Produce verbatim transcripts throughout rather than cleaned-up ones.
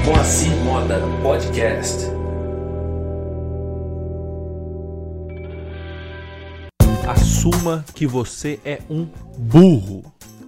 Moacir Moda Podcast. Assuma que você é um burro.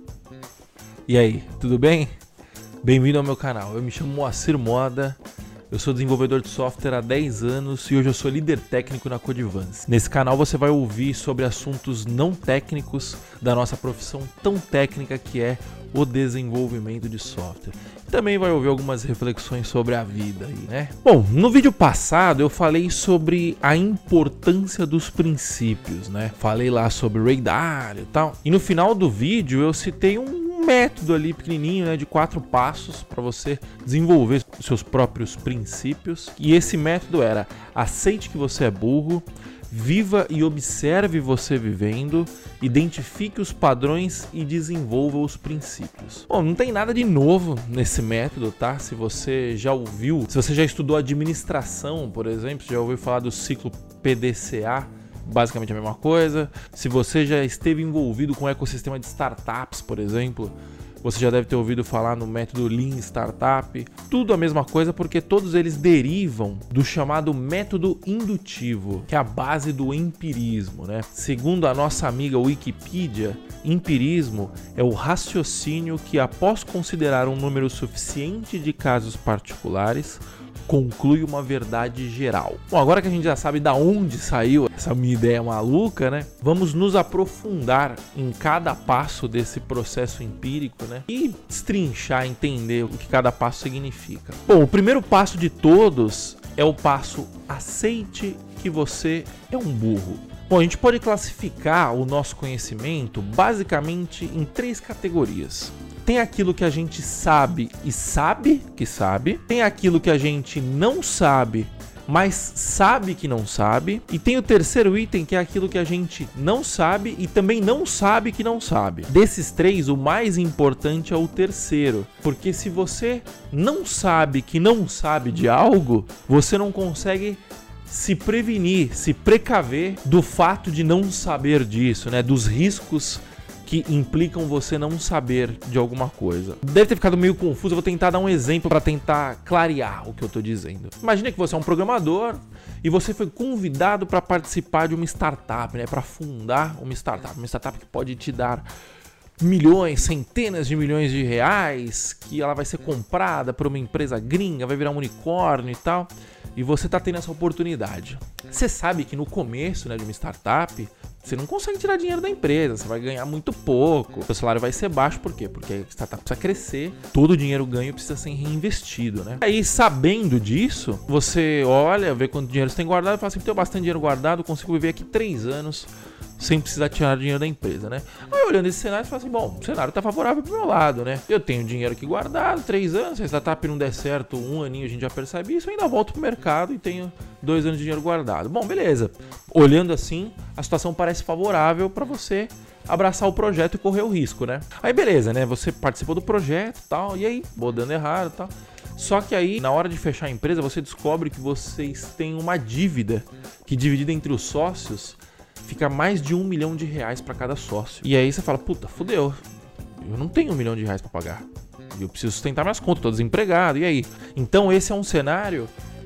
E aí, tudo bem? Bem-vindo ao meu canal. Eu me chamo Moacir Moda. Eu sou desenvolvedor de software há dez anos e hoje eu sou líder técnico na Codivance. Nesse canal você vai ouvir sobre assuntos não técnicos da nossa profissão tão técnica que é o desenvolvimento de software. Também vai ouvir algumas reflexões sobre a vida aí, né? Bom, no vídeo passado eu falei sobre a importância dos princípios, né? Falei lá sobre radar e tal. E no final do vídeo eu citei um método ali pequenininho, né, de quatro passos para você desenvolver seus próprios princípios. E esse método era: aceite que você é burro, viva e observe você vivendo, identifique os padrões e desenvolva os princípios. Bom, não tem nada de novo nesse método, tá? Se você já ouviu, se você já estudou administração, por exemplo, você já ouviu falar do ciclo P D C A, basicamente a mesma coisa. Se você já esteve envolvido com o ecossistema de startups, por exemplo, você já deve ter ouvido falar no método Lean Startup. Tudo a mesma coisa, porque todos eles derivam do chamado método indutivo, que é a base do empirismo, né? Segundo a nossa amiga Wikipedia, empirismo é o raciocínio que, após considerar um número suficiente de casos particulares, conclui uma verdade geral. Bom, agora que a gente já sabe da onde saiu essa minha ideia maluca, né? Vamos nos aprofundar em cada passo desse processo empírico, né? E destrinchar, entender o que cada passo significa. Bom, o primeiro passo de todos é o passo: aceite que você é um burro. Bom, a gente pode classificar o nosso conhecimento basicamente em três categorias. Tem aquilo que a gente sabe e sabe que sabe. Tem aquilo que a gente não sabe, mas sabe que não sabe. E tem o terceiro item, que é aquilo que a gente não sabe e também não sabe que não sabe. Desses três, o mais importante é o terceiro. Porque se você não sabe que não sabe de algo, você não consegue se prevenir, se precaver do fato de não saber disso, né? Dos riscos que implicam você não saber de alguma coisa. Deve ter ficado meio confuso, eu vou tentar dar um exemplo para tentar clarear o que eu estou dizendo. Imagina que você é um programador e você foi convidado para participar de uma startup, né? Para fundar uma startup, uma startup que pode te dar milhões, centenas de milhões de reais, que ela vai ser comprada por uma empresa gringa, vai virar um unicórnio e tal, e você está tendo essa oportunidade. Você sabe que no começo, né, de uma startup, você não consegue tirar dinheiro da empresa, você vai ganhar muito pouco, seu salário vai ser baixo. Por quê? Porque a startup precisa crescer, todo o dinheiro ganho precisa ser reinvestido, né? Aí, sabendo disso, você olha, vê quanto dinheiro você tem guardado e fala assim: tenho bastante dinheiro guardado, consigo viver aqui três anos sem precisar tirar dinheiro da empresa, né? Aí, olhando esse cenário, você fala assim: bom, o cenário tá favorável pro meu lado, né? Eu tenho dinheiro aqui guardado, três anos, se a startup não der certo, um aninho a gente já percebe isso, eu ainda volto pro mercado e tenho dois anos de dinheiro guardado. Bom, beleza. Olhando assim, a situação parece favorável para você abraçar o projeto e correr o risco, né? Aí, beleza, né? Você participou do projeto e tal, e aí, vou dando errado e tal. Só que aí, na hora de fechar a empresa, você descobre que vocês têm uma dívida que, dividida entre os sócios, fica mais de um milhão de reais para cada sócio. E aí você fala: puta, fudeu, eu não tenho um milhão de reais para pagar, eu preciso sustentar minhas contas, tô desempregado, e aí? Então esse é um cenário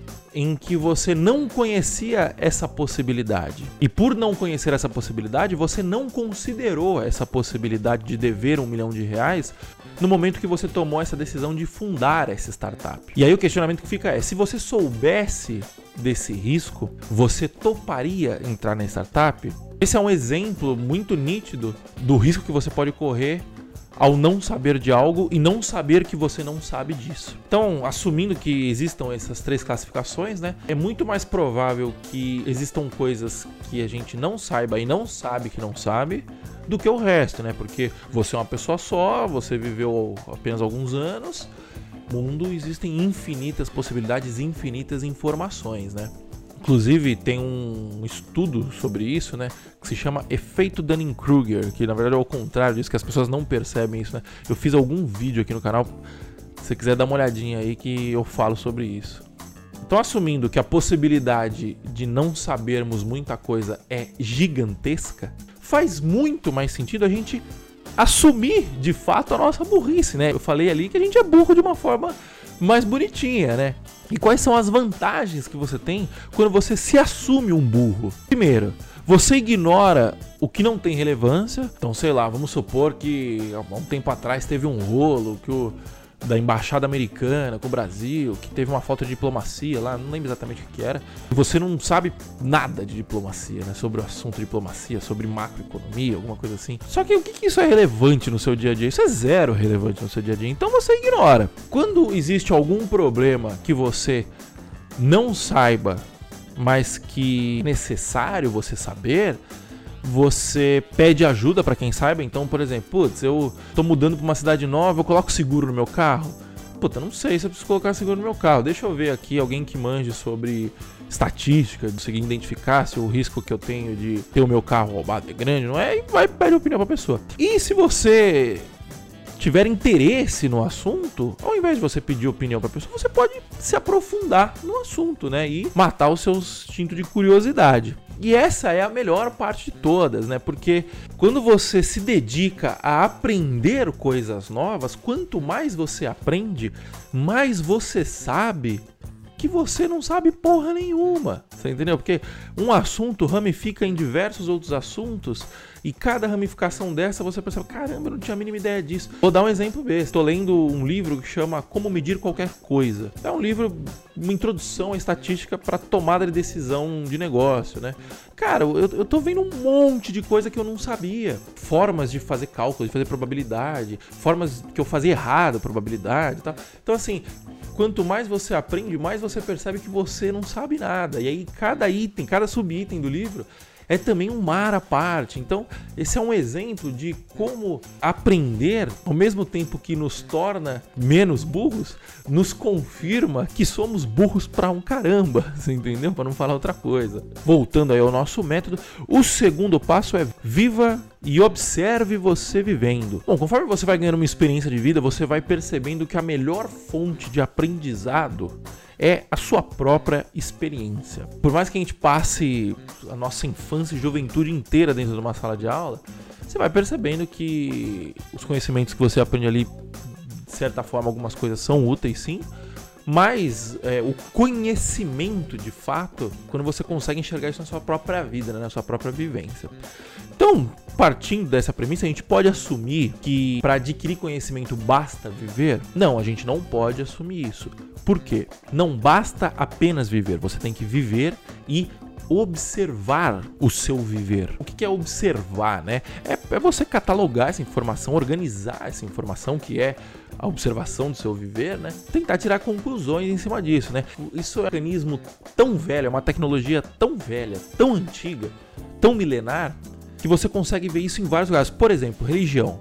em que você não conhecia essa possibilidade. E por não conhecer essa possibilidade, você não considerou essa possibilidade de dever um milhão de reais no momento que você tomou essa decisão de fundar essa startup. E aí o questionamento que fica é: se você soubesse desse risco, você toparia entrar na startup? Esse é um exemplo muito nítido do risco que você pode correr ao não saber de algo e não saber que você não sabe disso. Então, assumindo que existam essas três classificações, né, é muito mais provável que existam coisas que a gente não saiba e não sabe que não sabe do que o resto, né? Porque você é uma pessoa só, você viveu apenas alguns anos. No mundo existem infinitas possibilidades, infinitas informações, né? Inclusive tem um estudo sobre isso, né, que se chama efeito Dunning-Kruger, que na verdade é o contrário disso, que as pessoas não percebem isso, né? Eu fiz algum vídeo aqui no canal, se você quiser dar uma olhadinha aí, que eu falo sobre isso. Então, assumindo que a possibilidade de não sabermos muita coisa é gigantesca, faz muito mais sentido a gente assumir de fato a nossa burrice, né? Eu falei ali que a gente é burro de uma forma mais bonitinha, né? E quais são as vantagens que você tem quando você se assume um burro? Primeiro, você ignora o que não tem relevância. Então, sei lá, vamos supor que há um tempo atrás teve um rolo que o, da embaixada americana com o Brasil, que teve uma falta de diplomacia lá, não lembro exatamente o que era. Você não sabe nada de diplomacia, né? Sobre o assunto diplomacia, sobre macroeconomia, alguma coisa assim. Só que o que, que isso é relevante no seu dia a dia? Isso é zero relevante no seu dia a dia. Então você ignora. Quando existe algum problema que você não saiba, mas que é necessário você saber, você pede ajuda pra quem saiba. Então, por exemplo, putz, eu tô mudando pra uma cidade nova, eu coloco seguro no meu carro? Puta, não sei se eu preciso colocar seguro no meu carro. Deixa eu ver aqui alguém que manje sobre estatística, conseguir identificar se o risco que eu tenho de ter o meu carro roubado é grande, não é? E vai pedir opinião pra pessoa. E se você tiver interesse no assunto, ao invés de você pedir opinião pra pessoa, você pode se aprofundar no assunto, né? E matar o seu instinto de curiosidade. E essa é a melhor parte de todas, né? Porque quando você se dedica a aprender coisas novas, quanto mais você aprende, mais você sabe que você não sabe porra nenhuma. Você entendeu? Porque um assunto ramifica em diversos outros assuntos e cada ramificação dessa você percebe, caramba, eu não tinha a mínima ideia disso. Vou dar um exemplo besta. Estou lendo um livro que chama Como Medir Qualquer Coisa. É um livro, uma introdução à estatística para tomada de decisão de negócio, né? Cara, eu, eu tô vendo um monte de coisa que eu não sabia. Formas de fazer cálculo, de fazer probabilidade, formas que eu fazia errado, probabilidade e tal. Então, assim, quanto mais você aprende, mais você percebe que você não sabe nada. E aí cada item, cada subitem do livro é também um mar à parte. Então, esse é um exemplo de como aprender, ao mesmo tempo que nos torna menos burros, nos confirma que somos burros pra um caramba, você entendeu? Pra não falar outra coisa. Voltando aí ao nosso método, o segundo passo é viva e observe você vivendo. Bom, conforme você vai ganhando uma experiência de vida, você vai percebendo que a melhor fonte de aprendizado é a sua própria experiência. Por mais que a gente passe a nossa infância e juventude inteira dentro de uma sala de aula, você vai percebendo que os conhecimentos que você aprende ali, de certa forma, algumas coisas são úteis sim, mas é, o conhecimento de fato, quando você consegue enxergar isso na sua própria vida, né, na sua própria vivência. Então, partindo dessa premissa, a gente pode assumir que para adquirir conhecimento basta viver? Não, a gente não pode assumir isso. Por quê? Não basta apenas viver, você tem que viver e observar o seu viver. O que é observar, né? É, é você catalogar essa informação, organizar essa informação, que é a observação do seu viver, né? Tentar tirar conclusões em cima disso, né? Isso é um mecanismo tão velho, é uma tecnologia tão velha, tão antiga, tão milenar, que você consegue ver isso em vários lugares. Por exemplo, religião.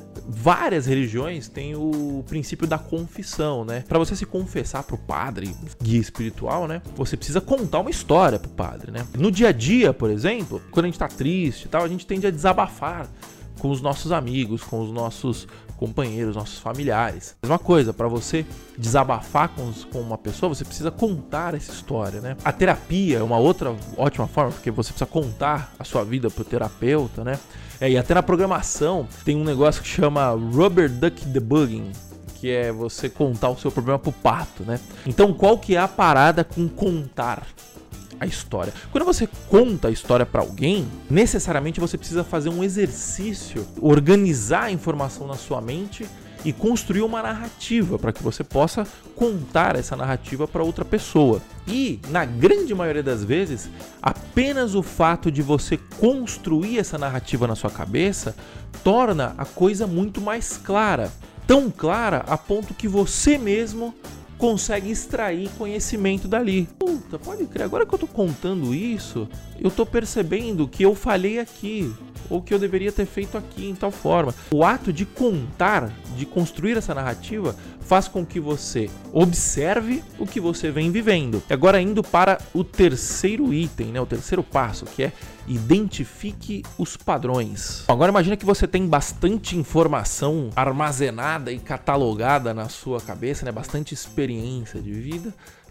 Várias religiões têm o princípio da confissão, né? Para você se confessar pro padre, guia espiritual, né? Você precisa contar uma história pro padre, né? No dia a dia, por exemplo, quando a gente tá triste e tal, a gente tende a desabafar com os nossos amigos, com os nossos companheiros, nossos familiares. Mesma coisa, para você desabafar com, os, com uma pessoa, você precisa contar essa história, né? A terapia é uma outra ótima forma, porque você precisa contar a sua vida pro terapeuta, né? É, e até na programação tem um negócio que chama Rubber Duck Debugging, que é você contar o seu problema pro pato, né? Então, qual que é a parada com contar a história? Quando você conta a história para alguém, necessariamente você precisa fazer um exercício, organizar a informação na sua mente e construir uma narrativa para que você possa contar essa narrativa para outra pessoa. E, na grande maioria das vezes, apenas o fato de você construir essa narrativa na sua cabeça torna a coisa muito mais clara. Tão clara a ponto que você mesmo consegue extrair conhecimento dali. Puta, pode crer, agora que eu tô contando isso, eu tô percebendo que eu falhei aqui, ou que eu deveria ter feito aqui em tal forma. O ato de contar, de construir essa narrativa, faz com que você observe o que você vem vivendo. Agora indo para o terceiro item, né, o terceiro passo, que é identifique os padrões. Agora imagina que você tem bastante informação armazenada e catalogada na sua cabeça, né, bastante experiência de vida,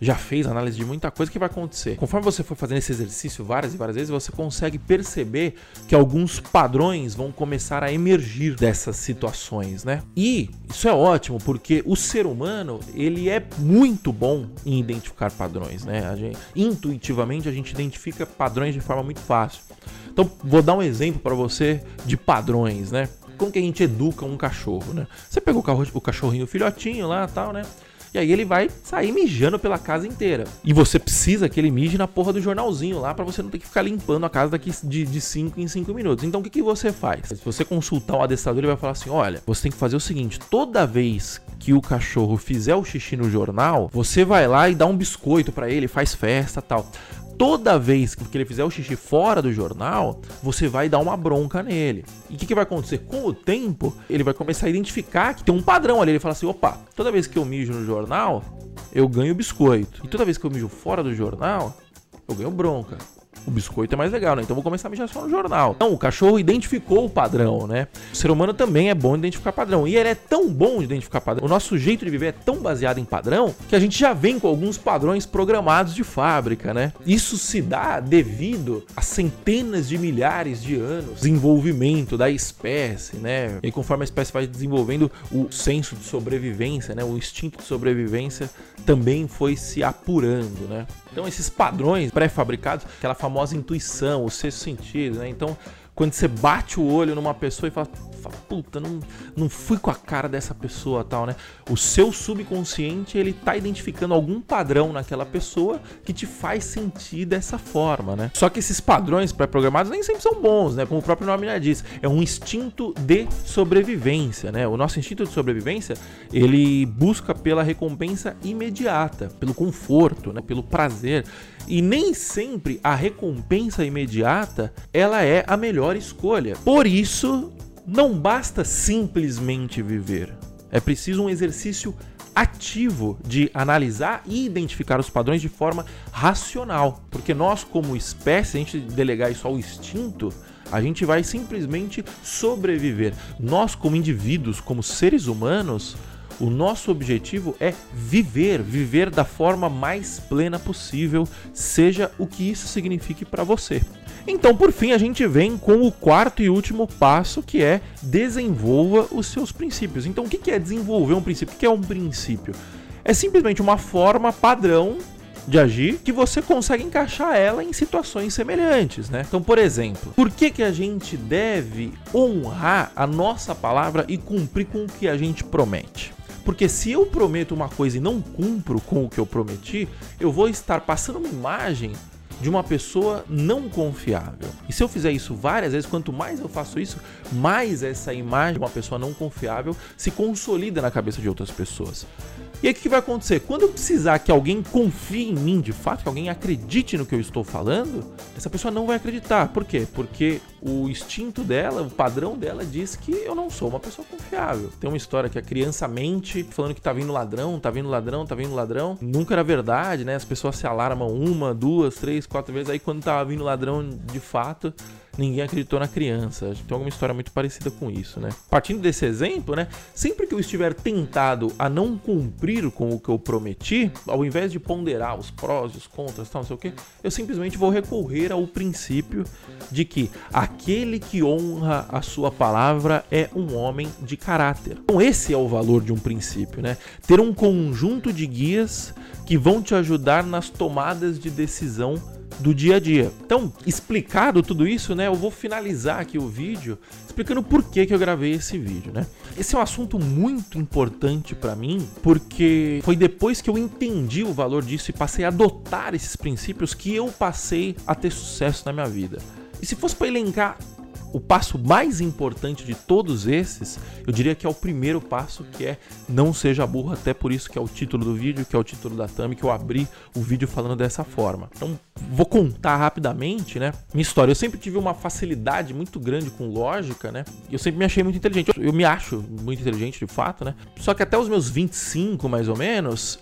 já fez análise de muita coisa, o que vai acontecer? Conforme você for fazendo esse exercício várias e várias vezes, você consegue perceber que alguns padrões vão começar a emergir dessas situações, né? E isso é ótimo, porque o ser humano, ele é muito bom em identificar padrões, né? A gente, intuitivamente, a gente identifica padrões de forma muito fácil. Então, vou dar um exemplo para você de padrões, né? Como que a gente educa um cachorro, né? Você pegou o cachorrinho filhotinho lá e tal, né? E aí ele vai sair mijando pela casa inteira. E você precisa que ele mije na porra do jornalzinho lá pra você não ter que ficar limpando a casa daqui de cinco em cinco minutos. Então o que, que você faz? Se você consultar o adestrador, ele vai falar assim, olha, você tem que fazer o seguinte, toda vez que o cachorro fizer o xixi no jornal, você vai lá e dá um biscoito pra ele, faz festa e tal. Toda vez que ele fizer o xixi fora do jornal, você vai dar uma bronca nele. E o que, que vai acontecer? Com o tempo, ele vai começar a identificar que tem um padrão ali. Ele fala assim, opa, toda vez que eu mijo no jornal, eu ganho biscoito. E toda vez que eu mijo fora do jornal, eu ganho bronca. O biscoito é mais legal, né? Então vou começar a mijar só no jornal. Então o cachorro identificou o padrão, né? O ser humano também é bom de identificar padrão. E ele é tão bom de identificar padrão. O nosso jeito de viver é tão baseado em padrão que a gente já vem com alguns padrões programados de fábrica, né? Isso se dá devido a centenas de milhares de anos de desenvolvimento da espécie, né? E conforme a espécie vai desenvolvendo, o senso de sobrevivência, né? O instinto de sobrevivência também foi se apurando, né? Então esses padrões pré-fabricados, aquela famosa intuição, o sexto sentido, né? Então quando você bate o olho numa pessoa e fala, fala puta, não, não fui com a cara dessa pessoa tal, né? O seu subconsciente, ele tá identificando algum padrão naquela pessoa que te faz sentir dessa forma, né? Só que esses padrões pré-programados nem sempre são bons, né? Como o próprio nome já diz, é um instinto de sobrevivência, né? O nosso instinto de sobrevivência, ele busca pela recompensa imediata, pelo conforto, né? Pelo prazer. E nem sempre a recompensa imediata, ela é a melhor escolha. Por isso, não basta simplesmente viver. É preciso um exercício ativo de analisar e identificar os padrões de forma racional. Porque nós, como espécie, se a gente delegar isso ao instinto, a gente vai simplesmente sobreviver. Nós, como indivíduos, como seres humanos, o nosso objetivo é viver, viver da forma mais plena possível, seja o que isso signifique para você. Então, por fim, a gente vem com o quarto e último passo, que é desenvolva os seus princípios. Então, o que é desenvolver um princípio? O que é um princípio? É simplesmente uma forma padrão de agir que você consegue encaixar ela em situações semelhantes, né? Então, por exemplo, por que que a gente deve honrar a nossa palavra e cumprir com o que a gente promete? Porque se eu prometo uma coisa e não cumpro com o que eu prometi, eu vou estar passando uma imagem de uma pessoa não confiável. E se eu fizer isso várias vezes, quanto mais eu faço isso, mais essa imagem de uma pessoa não confiável se consolida na cabeça de outras pessoas. E aí o que vai acontecer? Quando eu precisar que alguém confie em mim de fato, que alguém acredite no que eu estou falando, essa pessoa não vai acreditar. Por quê? Porque o instinto dela, o padrão dela diz que eu não sou uma pessoa confiável. Tem uma história que a criança mente falando que tá vindo ladrão, tá vindo ladrão, tá vindo ladrão. Nunca era verdade, né? As pessoas se alarmam uma, duas, três, quatro vezes. Aí quando tava vindo ladrão de fato, ninguém acreditou na criança. Tem alguma história muito parecida com isso, né? Partindo desse exemplo, né? Sempre que eu estiver tentado a não cumprir com o que eu prometi, ao invés de ponderar os prós e os contras, tal, não sei o que, eu simplesmente vou recorrer ao princípio de que aquele que honra a sua palavra é um homem de caráter. Então esse é o valor de um princípio, né? Ter um conjunto de guias que vão te ajudar nas tomadas de decisão do dia a dia. Então, explicado tudo isso, né, eu vou finalizar aqui o vídeo explicando por que que eu gravei esse vídeo, né? Esse é um assunto muito importante para mim, porque foi depois que eu entendi o valor disso e passei a adotar esses princípios que eu passei a ter sucesso na minha vida. E se fosse para elencar o passo mais importante de todos esses, eu diria que é o primeiro passo, que é não seja burro, até por isso que é o título do vídeo, que é o título da thumb, que eu abri o vídeo falando dessa forma. Então, vou contar rapidamente, né, minha história. Eu sempre tive uma facilidade muito grande com lógica, né, eu sempre me achei muito inteligente. Eu, eu me acho muito inteligente, de fato, né, só que até os meus vinte e cinco, mais ou menos,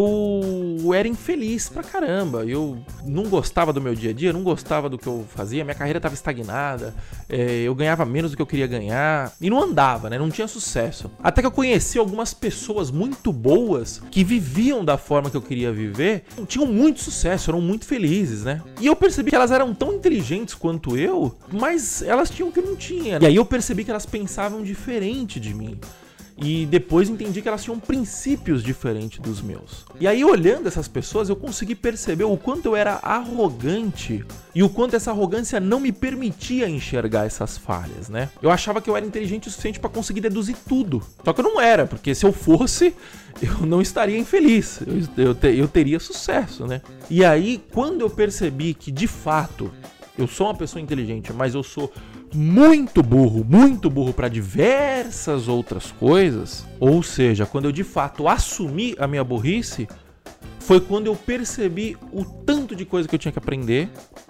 eu era infeliz pra caramba. Eu não gostava do meu dia a dia, não gostava do que eu fazia, minha carreira estava estagnada, é, é, eu ganhava menos do que eu queria ganhar e não andava, né? Não tinha sucesso. Até que eu conheci algumas pessoas muito boas que viviam da forma que eu queria viver, tinham muito sucesso, eram muito felizes, né? E eu percebi que elas eram tão inteligentes quanto eu, mas elas tinham o que eu não tinha. E aí eu percebi que elas pensavam diferente de mim. E depois entendi que elas tinham princípios diferentes dos meus. E aí, olhando essas pessoas, eu consegui perceber o quanto eu era arrogante e o quanto essa arrogância não me permitia enxergar essas falhas, né? Eu achava que eu era inteligente o suficiente para conseguir deduzir tudo. Só que eu não era, porque se eu fosse, eu não estaria infeliz. Eu, eu, te, eu teria sucesso, né? E aí, quando eu percebi que, de fato, eu sou uma pessoa inteligente, mas eu sou muito burro, muito burro para diversas outras coisas, ou seja, quando eu de fato assumi a minha burrice, foi quando eu percebi o tanto de coisa que eu tinha que aprender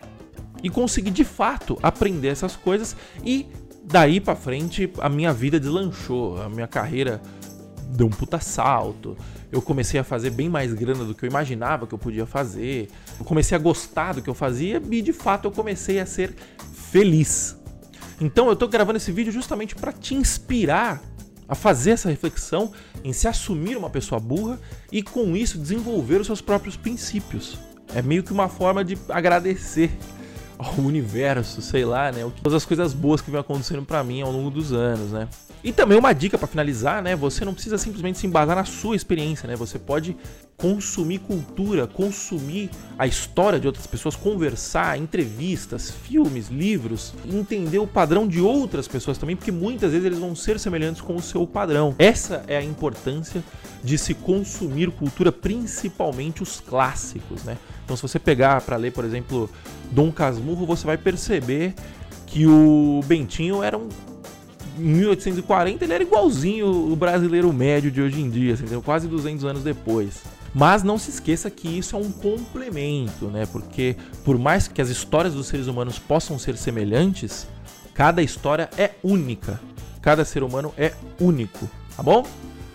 e consegui de fato aprender essas coisas, e daí para frente a minha vida deslanchou, a minha carreira deu um puta salto. Eu comecei a fazer bem mais grana do que eu imaginava que eu podia fazer. Eu comecei a gostar do que eu fazia e de fato eu comecei a ser feliz. Então eu tô gravando esse vídeo justamente para te inspirar a fazer essa reflexão em se assumir uma pessoa burra e com isso desenvolver os seus próprios princípios. É meio que uma forma de agradecer ao universo, sei lá, né? Todas as coisas boas que vem acontecendo pra mim ao longo dos anos, né? E também uma dica pra finalizar, né? Você não precisa simplesmente se embasar na sua experiência, né? Você pode consumir cultura, consumir a história de outras pessoas, conversar, entrevistas, filmes, livros, entender o padrão de outras pessoas também, porque muitas vezes eles vão ser semelhantes com o seu padrão. Essa é a importância de se consumir cultura, principalmente os clássicos, né? Então, se você pegar para ler, por exemplo, Dom Casmurro, você vai perceber que o Bentinho era um... Em mil oitocentos e quarenta ele era igualzinho o brasileiro médio de hoje em dia, assim, quase duzentos anos depois. Mas não se esqueça que isso é um complemento, né? Porque por mais que as histórias dos seres humanos possam ser semelhantes, cada história é única. Cada ser humano é único, tá bom?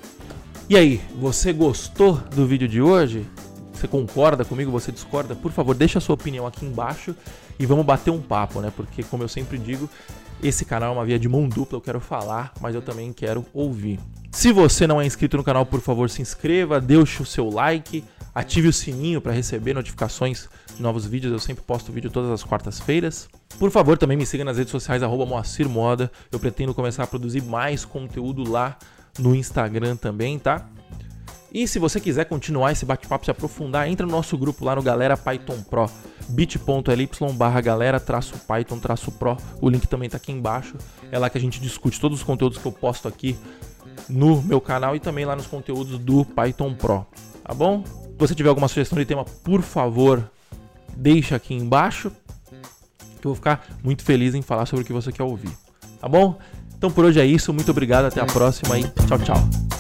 E aí, você gostou do vídeo de hoje? Você concorda comigo? Você discorda? Por favor, deixa a sua opinião aqui embaixo e vamos bater um papo, né? Porque, como eu sempre digo, esse canal é uma via de mão dupla. Eu quero falar, mas eu também quero ouvir. Se você não é inscrito no canal, por favor, se inscreva, deixe o seu like, ative o sininho para receber notificações de novos vídeos. Eu sempre posto vídeo todas as quartas-feiras. Por favor, também me siga nas redes sociais, arroba Moacir Moda. Eu pretendo começar a produzir mais conteúdo lá no Instagram também, tá? E se você quiser continuar esse bate-papo, se aprofundar, entra no nosso grupo lá no Galera Python Pro, bit.ly barra galera traço Python traço Pro. O link também tá aqui embaixo. É lá que a gente discute todos os conteúdos que eu posto aqui no meu canal e também lá nos conteúdos do Python Pro, tá bom? Se você tiver alguma sugestão de tema, por favor, deixa aqui embaixo, que eu vou ficar muito feliz em falar sobre o que você quer ouvir, tá bom? Então por hoje é isso, muito obrigado, até a próxima e tchau, tchau!